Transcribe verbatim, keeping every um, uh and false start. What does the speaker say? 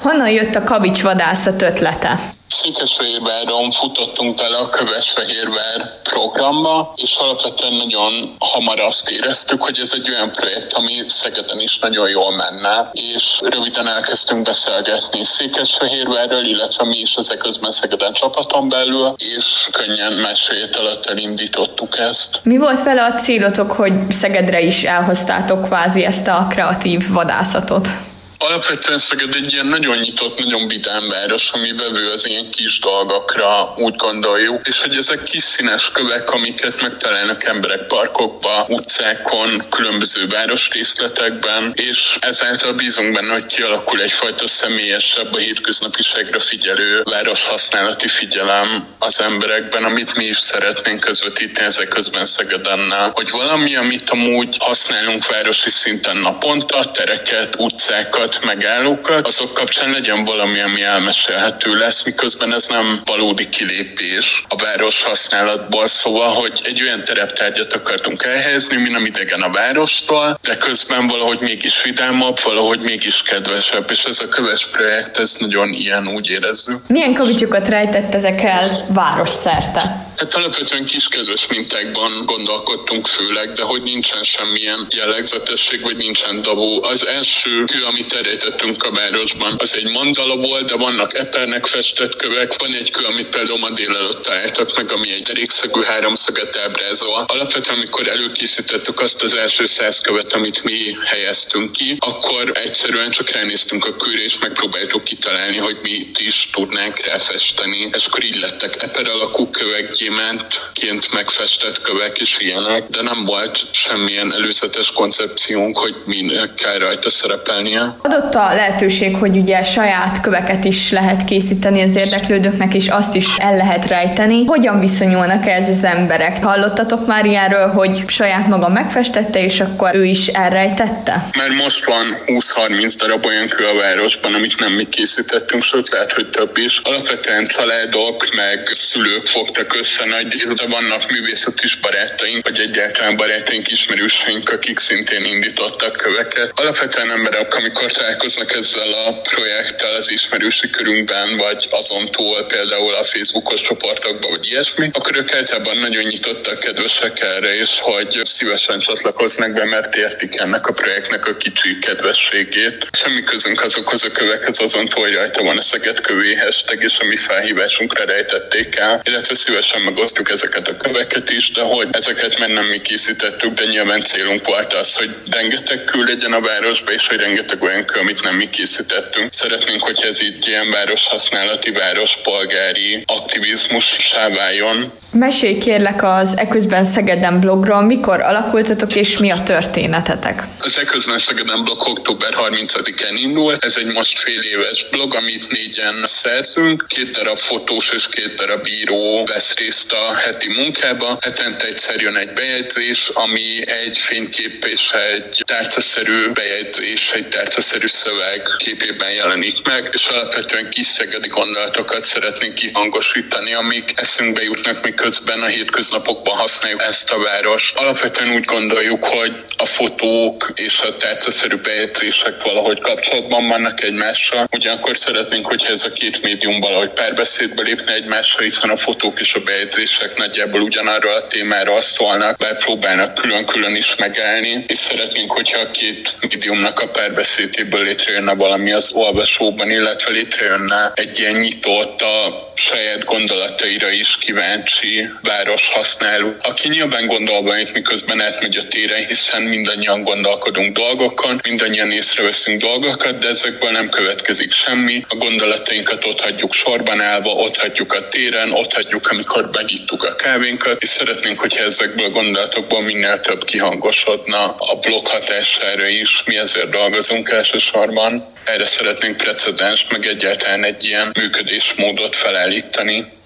Honnan jött a kavicsvadászat ötlete? Székesfehérváron futottunk bele a Kövesfehérvár programba, és alapvetően nagyon hamar azt éreztük, hogy ez egy olyan projekt, ami Szegeden is nagyon jól menne, és röviden elkezdtünk beszélgetni Székesfehérvárral, illetve mi is az eközben Szegeden csapaton belül, és könnyen másfél hét alatt elindítottuk ezt. Mi volt vele a célotok, hogy Szegedre is elhoztátok kvázi ezt a kreatív vadászatot? Alapvetően Szeged egy ilyen nagyon nyitott, nagyon vidám város, ami vevő az ilyen kis dolgokra, úgy gondoljuk, és hogy ezek kis színes kövek, amiket megtalálnak emberek parkokba, utcákon, különböző városrészletekben, és ezáltal bízunk benne, hogy kialakul egyfajta személyesebb, a hétköznapiságra figyelő városhasználati figyelem az emberekben, amit mi is szeretnénk közvetíteni ezek közben Szegedennel, hogy valami, amit amúgy használunk városi szinten naponta, tereket, utcákat, megállókat, azok kapcsán legyen valami, ami elmesélhető lesz, miközben ez nem valódi kilépés a város használatból, szóval, hogy egy olyan tereptárgyat akartunk elhelyezni, mi nem idegen a várostól, de közben valahogy mégis vidámabb, valahogy mégis kedvesebb, és ez a Köves projekt, ez nagyon ilyen, úgy érezzük. Milyen kavicsokat rejtettetek el városszerte? Hát alapvetően kiskezes mintákban gondolkodtunk főleg, de hogy nincsen semmilyen jellegzetesség, vagy nincsen dabó. Az első kő, amit elrejtettünk a városban, az egy mandala volt, de vannak epernek festett kövek. Van egy kő, amit például ma délelőtt találtak meg, ami egy derékszögű háromszöget ábrázol. Alapvetően, amikor előkészítettük azt az első száz követ, amit mi helyeztünk ki, akkor egyszerűen csak ránéztünk a kőre, és megpróbáltuk kitalálni, hogy mit is tudnánk ráfesteni. És akkor így lettek eper alakú kövek, gyémántként megfestett kövek és ilyenek, de nem volt semmilyen előzetes koncepciónk, hogy minek kell rajta szerepelnie. Adott a lehetőség, hogy ugye saját köveket is lehet készíteni az érdeklődőknek, és azt is el lehet rejteni. Hogyan viszonyulnak ez az emberek? Hallottatok már ilyenről, hogy saját maga megfestette, és akkor ő is elrejtette? Mert most van húsz-harminc darab olyan kő a városban, amit nem mi készítettünk, sőt lehet, hogy több is. Alapvetően családok meg szülők fogtak össze nagy, de vannak művészeti barátaink, vagy egyáltalán barátaink, ismerőseink, akik szintén indítottak köveket. Alapvetően emberek, amikor találkoznak ezzel a projekttel az ismerősi körünkben, vagy azon túl, például a Facebookos csoportokban, vagy ilyesmi, akkor ők általában nagyon nyitottak, kedvesek erre, és hogy szívesen csatlakoznak be, mert értik ennek a projektnek a kicsi kedvességét. Semmi közünk azokhoz a kövekhez, azon túl, hogy rajta van a Szeged kövé hashtag, és a mi felhívásunkra rejtették el, illetve szívesen megosztjuk ezeket a köveket is, de hogy ezeket már nem mi készítettük, de nyilván célunk volt az, hogy rengeteg kő legyen a városba, és hogy rengeteg olyan kő, amit nem mi készítettünk. Szeretnénk, hogy ez így ilyen városhasználati, várospolgári aktivizmussá váljon. Mesélj kérlek az Eközben Szegeden blogról, mikor alakultatok és mi a történetetek? Az Eközben Szegeden blog október harmincadikán indul, ez egy most fél éves blog, amit négyen szerzünk, két darab fotós és két darab író vesz részt a heti munkába. Hetente egyszer jön egy bejegyzés, ami egy fénykép és egy tárcaszerű bejegyzés, egy tárcaszerű szöveg képében jelenik meg, és alapvetően kis szegedi gondolatokat szeretnénk kihangosítani, amik eszünkbe jutnak, miközben a hétköznapokban használjuk ezt a várost. Alapvetően úgy gondoljuk, hogy a fotók és a tárcaszerű bejegyzések valahogy kapcsolatban vannak egymással. Ugyanakkor szeretnénk, hogyha ez a két médium valahogy párbeszédbe lépne egymással, hiszen a fotók és a bejegyzések nagyjából ugyanarról a témáról szólnak, bár próbálnak külön-külön is megállni, és szeretnénk, hogyha a két médiumnak a párbeszédéből létrejönne valami az olvasóban, illetve létrejönne egy ilyen nyitott, a saját gondolataira is kíváncsi városhasználó, aki nyilván gondol valamit, miközben átmegy a téren, hiszen mindannyian gondolkodunk dolgokon, mindannyian észreveszünk dolgokat, de ezekből nem következik semmi. A gondolatainkat ott hagyjuk sorban állva, ott hagyjuk a téren, ott hagyjuk, amikor megittuk a kávénkat, és szeretnénk, hogyha ezekből a gondolatokból minél több kihangosodna a blog hatására is. Mi ezért dolgozunk elsősorban. Erre szeretnénk precedens, meg egyáltalán egy ilyen működésmódot felállítani.